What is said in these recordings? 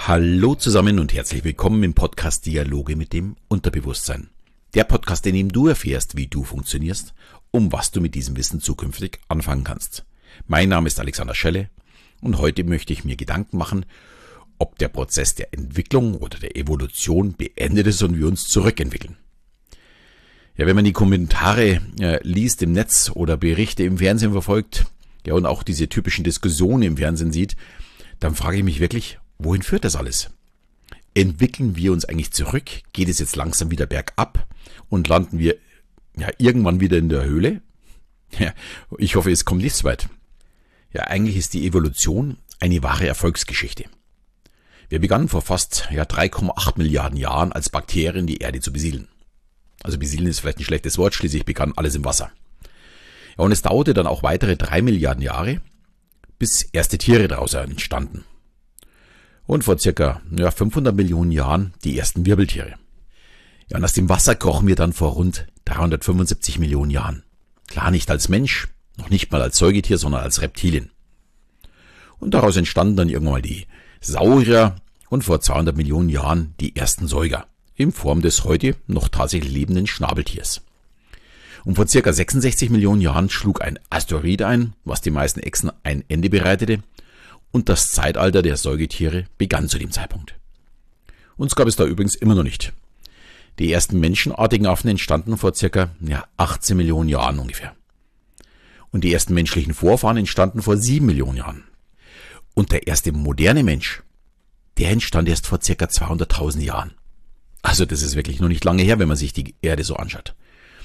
Hallo zusammen und herzlich willkommen im Podcast Dialoge mit dem Unterbewusstsein. Der Podcast, in dem du erfährst, wie du funktionierst, um was du mit diesem Wissen zukünftig anfangen kannst. Mein Name ist Alexander Schelle und heute möchte ich mir Gedanken machen, ob der Prozess der Entwicklung oder der Evolution beendet ist und wir uns zurückentwickeln. Ja, wenn man die Kommentare liest im Netz oder Berichte im Fernsehen verfolgt, ja und auch diese typischen Diskussionen im Fernsehen sieht, dann frage ich mich wirklich, wohin führt das alles? Entwickeln wir uns eigentlich zurück? Geht es jetzt langsam wieder bergab und landen wir irgendwann wieder in der Höhle? Ja, ich hoffe, es kommt nicht so weit. Ja, eigentlich ist die Evolution eine wahre Erfolgsgeschichte. Wir begannen vor fast 3,8 Milliarden Jahren als Bakterien die Erde zu besiedeln. Also besiedeln ist vielleicht ein schlechtes Wort, schließlich begann alles im Wasser. Ja, und es dauerte dann auch weitere 3 Milliarden Jahre, bis erste Tiere daraus entstanden. Und vor circa 500 Millionen Jahren die ersten Wirbeltiere. Ja, und aus dem Wasser krochen wir dann vor rund 375 Millionen Jahren. Klar, nicht als Mensch, noch nicht mal als Säugetier, sondern als Reptilien. Und daraus entstanden dann irgendwann mal die Saurier und vor 200 Millionen Jahren die ersten Säuger, in Form des heute noch tatsächlich lebenden Schnabeltiers. Und vor circa 66 Millionen Jahren schlug ein Asteroid ein, was den meisten Echsen ein Ende bereitete, und das Zeitalter der Säugetiere begann zu dem Zeitpunkt. Uns gab es da übrigens immer noch nicht. Die ersten menschenartigen Affen entstanden vor circa 18 Millionen Jahren ungefähr. Und die ersten menschlichen Vorfahren entstanden vor 7 Millionen Jahren. Und der erste moderne Mensch, der entstand erst vor circa 200.000 Jahren. Also das ist wirklich noch nicht lange her, wenn man sich die Erde so anschaut.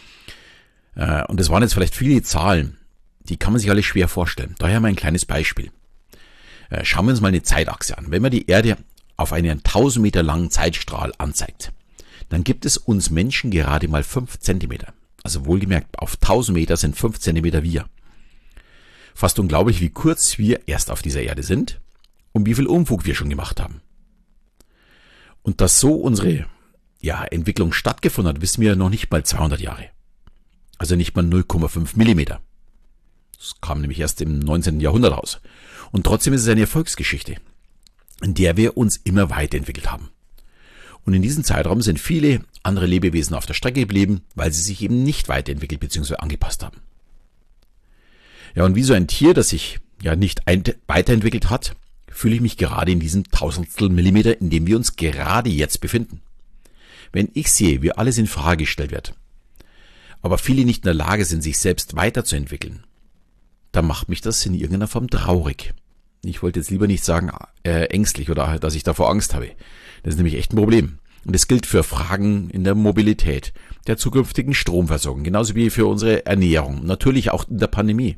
Und das waren jetzt vielleicht viele Zahlen, die kann man sich alle schwer vorstellen. Daher mal ein kleines Beispiel. Schauen wir uns mal eine Zeitachse an. Wenn man die Erde auf einen 1000 Meter langen Zeitstrahl anzeigt, dann gibt es uns Menschen gerade mal 5 Zentimeter. Also wohlgemerkt, auf 1000 Meter sind 5 Zentimeter wir. Fast unglaublich, wie kurz wir erst auf dieser Erde sind und wie viel Unfug wir schon gemacht haben. Und dass so unsere Entwicklung stattgefunden hat, wissen wir noch nicht mal 200 Jahre. Also nicht mal 0,5 Millimeter. Das kam nämlich erst im 19. Jahrhundert raus. Und trotzdem ist es eine Erfolgsgeschichte, in der wir uns immer weiterentwickelt haben. Und in diesem Zeitraum sind viele andere Lebewesen auf der Strecke geblieben, weil sie sich eben nicht weiterentwickelt bzw. angepasst haben. Ja, und wie so ein Tier, das sich nicht weiterentwickelt hat, fühle ich mich gerade in diesem Tausendstel Millimeter, in dem wir uns gerade jetzt befinden. Wenn ich sehe, wie alles in Frage gestellt wird, aber viele nicht in der Lage sind, sich selbst weiterzuentwickeln, dann macht mich das in irgendeiner Form traurig. Ich wollte jetzt lieber nicht sagen ängstlich oder dass ich davor Angst habe. Das ist nämlich echt ein Problem. Und das gilt für Fragen in der Mobilität, der zukünftigen Stromversorgung, genauso wie für unsere Ernährung, natürlich auch in der Pandemie.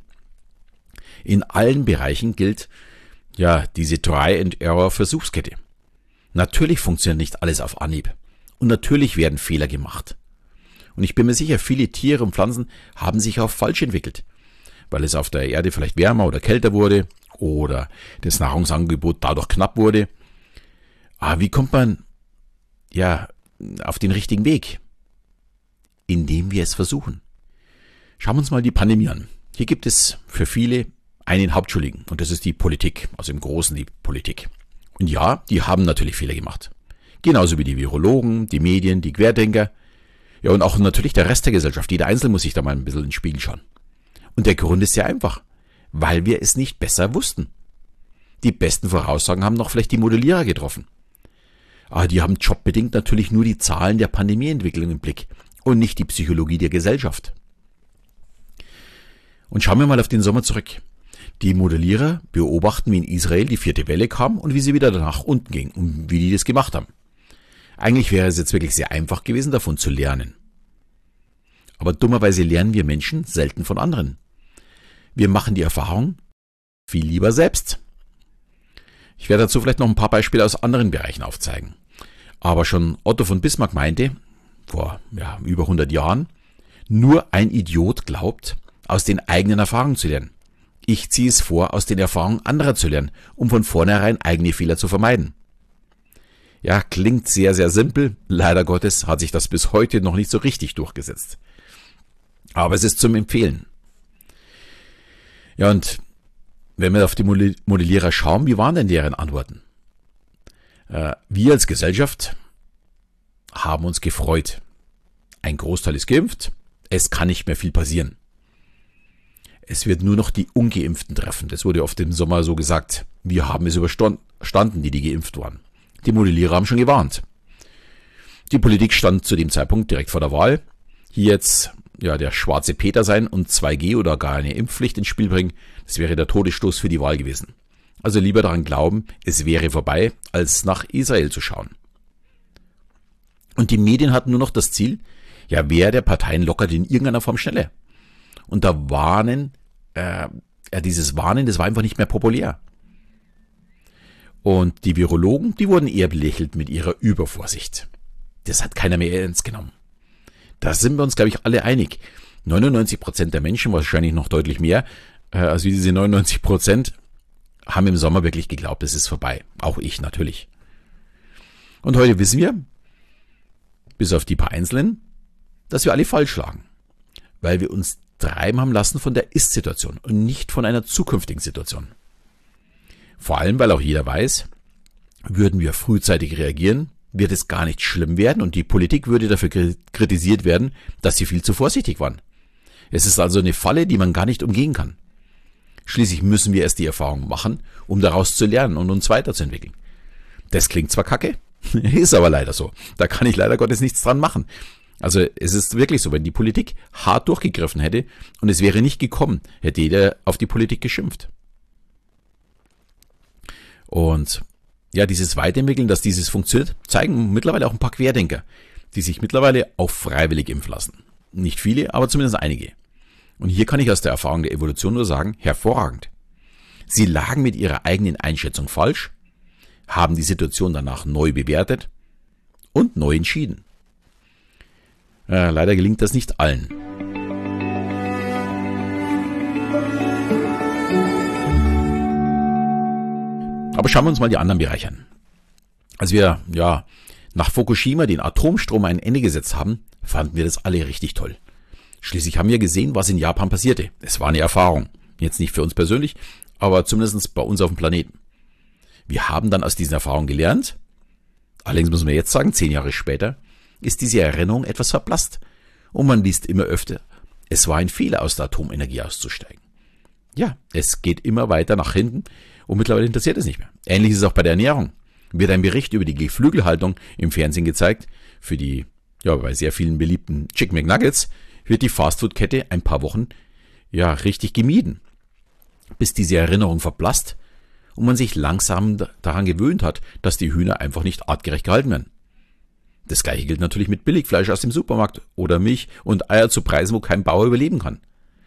In allen Bereichen gilt diese Try-and-Error-Versuchskette. Natürlich funktioniert nicht alles auf Anhieb. Und natürlich werden Fehler gemacht. Und ich bin mir sicher, viele Tiere und Pflanzen haben sich auch falsch entwickelt, weil es auf der Erde vielleicht wärmer oder kälter wurde oder das Nahrungsangebot dadurch knapp wurde. Aber wie kommt man auf den richtigen Weg? Indem wir es versuchen. Schauen wir uns mal die Pandemie an. Hier gibt es für viele einen Hauptschuldigen und das ist die Politik, also im Großen die Politik. Und ja, die haben natürlich Fehler gemacht. Genauso wie die Virologen, die Medien, die Querdenker. Ja, und auch natürlich der Rest der Gesellschaft. Jeder Einzelne muss sich da mal ein bisschen in den Spiegel schauen. Und der Grund ist sehr einfach. Weil wir es nicht besser wussten. Die besten Voraussagen haben noch vielleicht die Modellierer getroffen. Aber die haben jobbedingt natürlich nur die Zahlen der Pandemieentwicklung im Blick und nicht die Psychologie der Gesellschaft. Und schauen wir mal auf den Sommer zurück. Die Modellierer beobachten, wie in Israel die 4. Welle kam und wie sie wieder nach unten ging und wie die das gemacht haben. Eigentlich wäre es jetzt wirklich sehr einfach gewesen, davon zu lernen. Aber dummerweise lernen wir Menschen selten von anderen. Wir machen die Erfahrung viel lieber selbst. Ich werde dazu vielleicht noch ein paar Beispiele aus anderen Bereichen aufzeigen. Aber schon Otto von Bismarck meinte, vor über 100 Jahren, nur ein Idiot glaubt, aus den eigenen Erfahrungen zu lernen. Ich ziehe es vor, aus den Erfahrungen anderer zu lernen, um von vornherein eigene Fehler zu vermeiden. Ja, klingt sehr, sehr simpel. Leider Gottes hat sich das bis heute noch nicht so richtig durchgesetzt. Aber es ist zum Empfehlen. Ja, und wenn wir auf die Modellierer schauen, wie waren denn deren Antworten? Wir als Gesellschaft haben uns gefreut. Ein Großteil ist geimpft. Es kann nicht mehr viel passieren. Es wird nur noch die Ungeimpften treffen. Das wurde oft im Sommer so gesagt. Wir haben es überstanden, die geimpft waren. Die Modellierer haben schon gewarnt. Die Politik stand zu dem Zeitpunkt direkt vor der Wahl. Hier jetzt der schwarze Peter sein und 2G oder gar eine Impfpflicht ins Spiel bringen, das wäre der Todesstoß für die Wahl gewesen. Also lieber daran glauben, es wäre vorbei, als nach Israel zu schauen. Und die Medien hatten nur noch das Ziel, wer der Parteien lockert in irgendeiner Form schneller. Und da dieses Warnen, das war einfach nicht mehr populär. Und die Virologen, die wurden eher belächelt mit ihrer Übervorsicht. Das hat keiner mehr ernst genommen. Da sind wir uns, glaube ich, alle einig. 99% der Menschen, wahrscheinlich noch deutlich mehr, als wie diese 99%, haben im Sommer wirklich geglaubt, es ist vorbei. Auch ich natürlich. Und heute wissen wir, bis auf die paar Einzelnen, dass wir alle falsch lagen. Weil wir uns treiben haben lassen von der Ist-Situation und nicht von einer zukünftigen Situation. Vor allem, weil auch jeder weiß, würden wir frühzeitig reagieren, wird es gar nicht schlimm werden und die Politik würde dafür kritisiert werden, dass sie viel zu vorsichtig waren. Es ist also eine Falle, die man gar nicht umgehen kann. Schließlich müssen wir erst die Erfahrung machen, um daraus zu lernen und uns weiterzuentwickeln. Das klingt zwar kacke, ist aber leider so. Da kann ich leider Gottes nichts dran machen. Also es ist wirklich so, wenn die Politik hart durchgegriffen hätte und es wäre nicht gekommen, hätte jeder auf die Politik geschimpft. Und dieses Weiterentwickeln, dass dieses funktioniert, zeigen mittlerweile auch ein paar Querdenker, die sich mittlerweile auch freiwillig impfen lassen. Nicht viele, aber zumindest einige. Und hier kann ich aus der Erfahrung der Evolution nur sagen, hervorragend. Sie lagen mit ihrer eigenen Einschätzung falsch, haben die Situation danach neu bewertet und neu entschieden. Leider gelingt das nicht allen. Aber schauen wir uns mal die anderen Bereiche an. Als wir nach Fukushima den Atomstrom ein Ende gesetzt haben, fanden wir das alle richtig toll. Schließlich haben wir gesehen, was in Japan passierte. Es war eine Erfahrung. Jetzt nicht für uns persönlich, aber zumindest bei uns auf dem Planeten. Wir haben dann aus diesen Erfahrungen gelernt. Allerdings müssen wir jetzt sagen, 10 Jahre später ist diese Erinnerung etwas verblasst. Und man liest immer öfter, es war ein Fehler, aus der Atomenergie auszusteigen. Ja, es geht immer weiter nach hinten und mittlerweile interessiert es nicht mehr. Ähnlich ist es auch bei der Ernährung. Wird ein Bericht über die Geflügelhaltung im Fernsehen gezeigt, für die bei sehr vielen beliebten Chicken McNuggets, wird die Fastfood-Kette ein paar Wochen richtig gemieden, bis diese Erinnerung verblasst und man sich langsam daran gewöhnt hat, dass die Hühner einfach nicht artgerecht gehalten werden. Das gleiche gilt natürlich mit Billigfleisch aus dem Supermarkt oder Milch und Eier zu Preisen, wo kein Bauer überleben kann.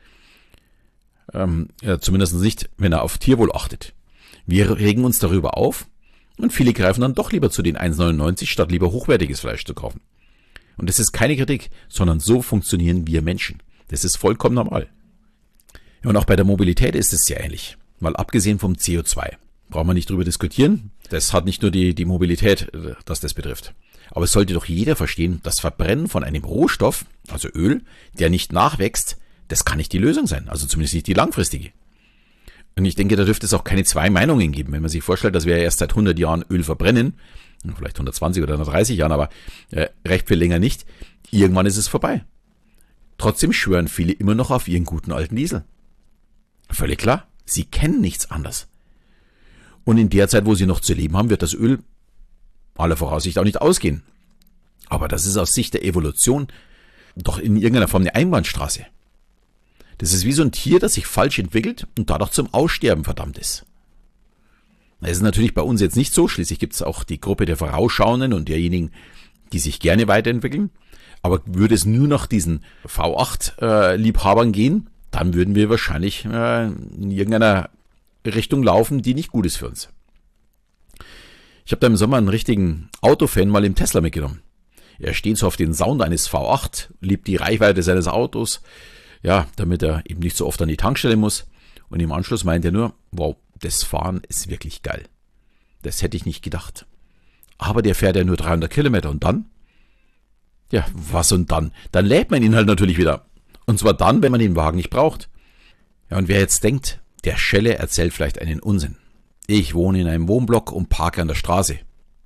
Zumindest nicht, wenn er auf Tierwohl achtet. Wir regen uns darüber auf und viele greifen dann doch lieber zu den 1,99 statt lieber hochwertiges Fleisch zu kaufen. Und das ist keine Kritik, sondern so funktionieren wir Menschen. Das ist vollkommen normal. Ja, und auch bei der Mobilität ist es sehr ähnlich. Mal abgesehen vom CO2. Brauchen wir nicht drüber diskutieren. Das hat nicht nur die Mobilität, das betrifft. Aber es sollte doch jeder verstehen, das Verbrennen von einem Rohstoff, also Öl, der nicht nachwächst, das kann nicht die Lösung sein. Also zumindest nicht die langfristige. Und ich denke, da dürfte es auch keine zwei Meinungen geben. Wenn man sich vorstellt, dass wir erst seit 100 Jahren Öl verbrennen, vielleicht 120 oder 130 Jahren, aber recht viel länger nicht, irgendwann ist es vorbei. Trotzdem schwören viele immer noch auf ihren guten alten Diesel. Völlig klar, sie kennen nichts anderes. Und in der Zeit, wo sie noch zu leben haben, wird das Öl aller Voraussicht auch nicht ausgehen. Aber das ist aus Sicht der Evolution doch in irgendeiner Form eine Einbahnstraße. Das ist wie so ein Tier, das sich falsch entwickelt und dadurch zum Aussterben verdammt ist. Das ist natürlich bei uns jetzt nicht so. Schließlich gibt es auch die Gruppe der Vorausschauenden und derjenigen, die sich gerne weiterentwickeln. Aber würde es nur nach diesen V8-Liebhabern gehen, dann würden wir wahrscheinlich in irgendeiner Richtung laufen, die nicht gut ist für uns. Ich habe da im Sommer einen richtigen Autofan mal im Tesla mitgenommen. Er steht so auf den Sound eines V8, liebt die Reichweite seines Autos, damit er eben nicht so oft an die Tankstelle muss. Und im Anschluss meint er nur, wow, das Fahren ist wirklich geil. Das hätte ich nicht gedacht. Aber der fährt ja nur 300 Kilometer und dann? Ja, was und dann? Dann lädt man ihn halt natürlich wieder. Und zwar dann, wenn man den Wagen nicht braucht. Ja, und wer jetzt denkt, der Schelle erzählt vielleicht einen Unsinn. Ich wohne in einem Wohnblock und parke an der Straße.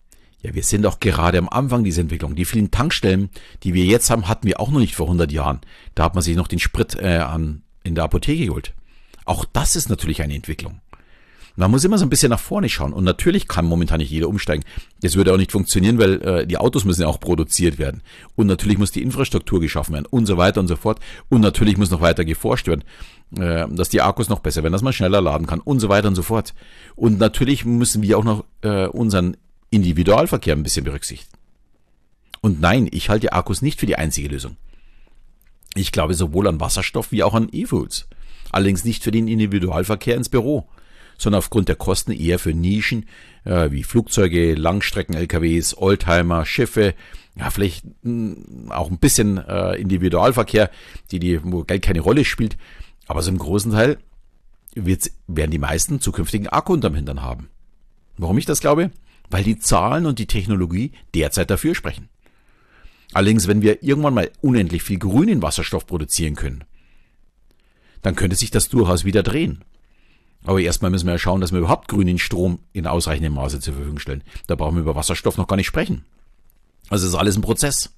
Ja, wir sind auch gerade am Anfang dieser Entwicklung. Die vielen Tankstellen, die wir jetzt haben, hatten wir auch noch nicht vor 100 Jahren. Da hat man sich noch den Sprit in der Apotheke geholt. Auch das ist natürlich eine Entwicklung. Man muss immer so ein bisschen nach vorne schauen. Und natürlich kann momentan nicht jeder umsteigen. Das würde auch nicht funktionieren, weil die Autos müssen ja auch produziert werden. Und natürlich muss die Infrastruktur geschaffen werden und so weiter und so fort. Und natürlich muss noch weiter geforscht werden, dass die Akkus noch besser werden, dass man schneller laden kann und so weiter und so fort. Und natürlich müssen wir auch noch unseren Individualverkehr ein bisschen berücksichtigen. Und nein, ich halte Akkus nicht für die einzige Lösung. Ich glaube sowohl an Wasserstoff wie auch an E-Fuels. Allerdings nicht für den Individualverkehr ins Büro, sondern aufgrund der Kosten eher für Nischen wie Flugzeuge, Langstrecken-LKWs, Oldtimer, Schiffe, ja vielleicht auch ein bisschen Individualverkehr, wo Geld keine Rolle spielt. Aber so im großen Teil werden die meisten zukünftigen Akku unterm Hintern haben. Warum ich das glaube? Weil die Zahlen und die Technologie derzeit dafür sprechen. Allerdings, wenn wir irgendwann mal unendlich viel grünen Wasserstoff produzieren können, dann könnte sich das durchaus wieder drehen. Aber erstmal müssen wir ja schauen, dass wir überhaupt grünen Strom in ausreichendem Maße zur Verfügung stellen. Da brauchen wir über Wasserstoff noch gar nicht sprechen. Also es ist alles ein Prozess.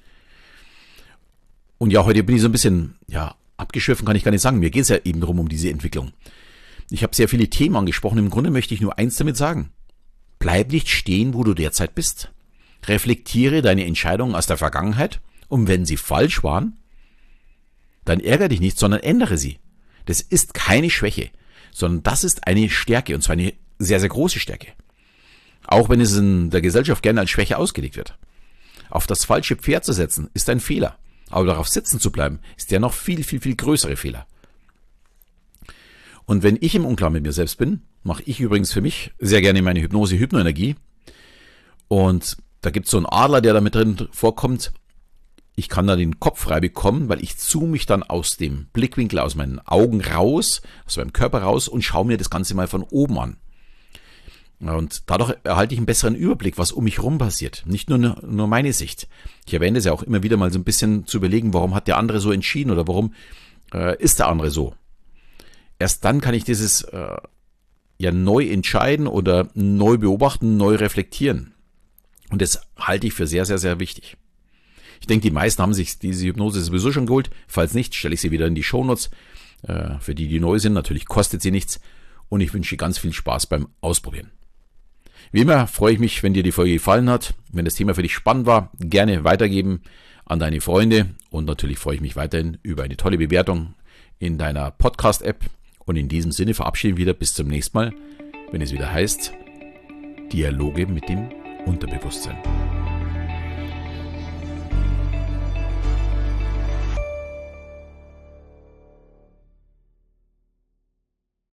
Und ja, heute bin ich so ein bisschen, abgeschwiffen kann ich gar nicht sagen. Mir geht es ja eben darum, um diese Entwicklung. Ich habe sehr viele Themen angesprochen. Im Grunde möchte ich nur eins damit sagen. Bleib nicht stehen, wo du derzeit bist. Reflektiere deine Entscheidungen aus der Vergangenheit und wenn sie falsch waren, dann ärgere dich nicht, sondern ändere sie. Das ist keine Schwäche, sondern das ist eine Stärke und zwar eine sehr, sehr große Stärke. Auch wenn es in der Gesellschaft gerne als Schwäche ausgelegt wird. Auf das falsche Pferd zu setzen, ist ein Fehler. Aber darauf sitzen zu bleiben, ist der noch viel, viel, viel größere Fehler. Und wenn ich im Unklaren mit mir selbst bin, mache ich übrigens für mich sehr gerne meine Hypnose-Hypnoenergie. Und da gibt es so einen Adler, der da mit drin vorkommt. Ich kann da den Kopf frei bekommen, weil ich zoome mich dann aus dem Blickwinkel, aus meinen Augen raus, aus meinem Körper raus und schaue mir das Ganze mal von oben an. Und dadurch erhalte ich einen besseren Überblick, was um mich herum passiert. Nicht nur meine Sicht. Ich erwähne es ja auch immer wieder mal so ein bisschen zu überlegen, warum hat der andere so entschieden oder warum ist der andere so. Erst dann kann ich dieses neu entscheiden oder neu beobachten, neu reflektieren. Und das halte ich für sehr, sehr, sehr wichtig. Ich denke, die meisten haben sich diese Hypnose sowieso schon geholt. Falls nicht, stelle ich sie wieder in die Shownotes. Für die, die neu sind, natürlich kostet sie nichts. Und ich wünsche dir ganz viel Spaß beim Ausprobieren. Wie immer freue ich mich, wenn dir die Folge gefallen hat. Wenn das Thema für dich spannend war, gerne weitergeben an deine Freunde. Und natürlich freue ich mich weiterhin über eine tolle Bewertung in deiner Podcast-App. Und in diesem Sinne verabschieden wir wieder bis zum nächsten Mal, wenn es wieder heißt, Dialoge mit dem Unterbewusstsein.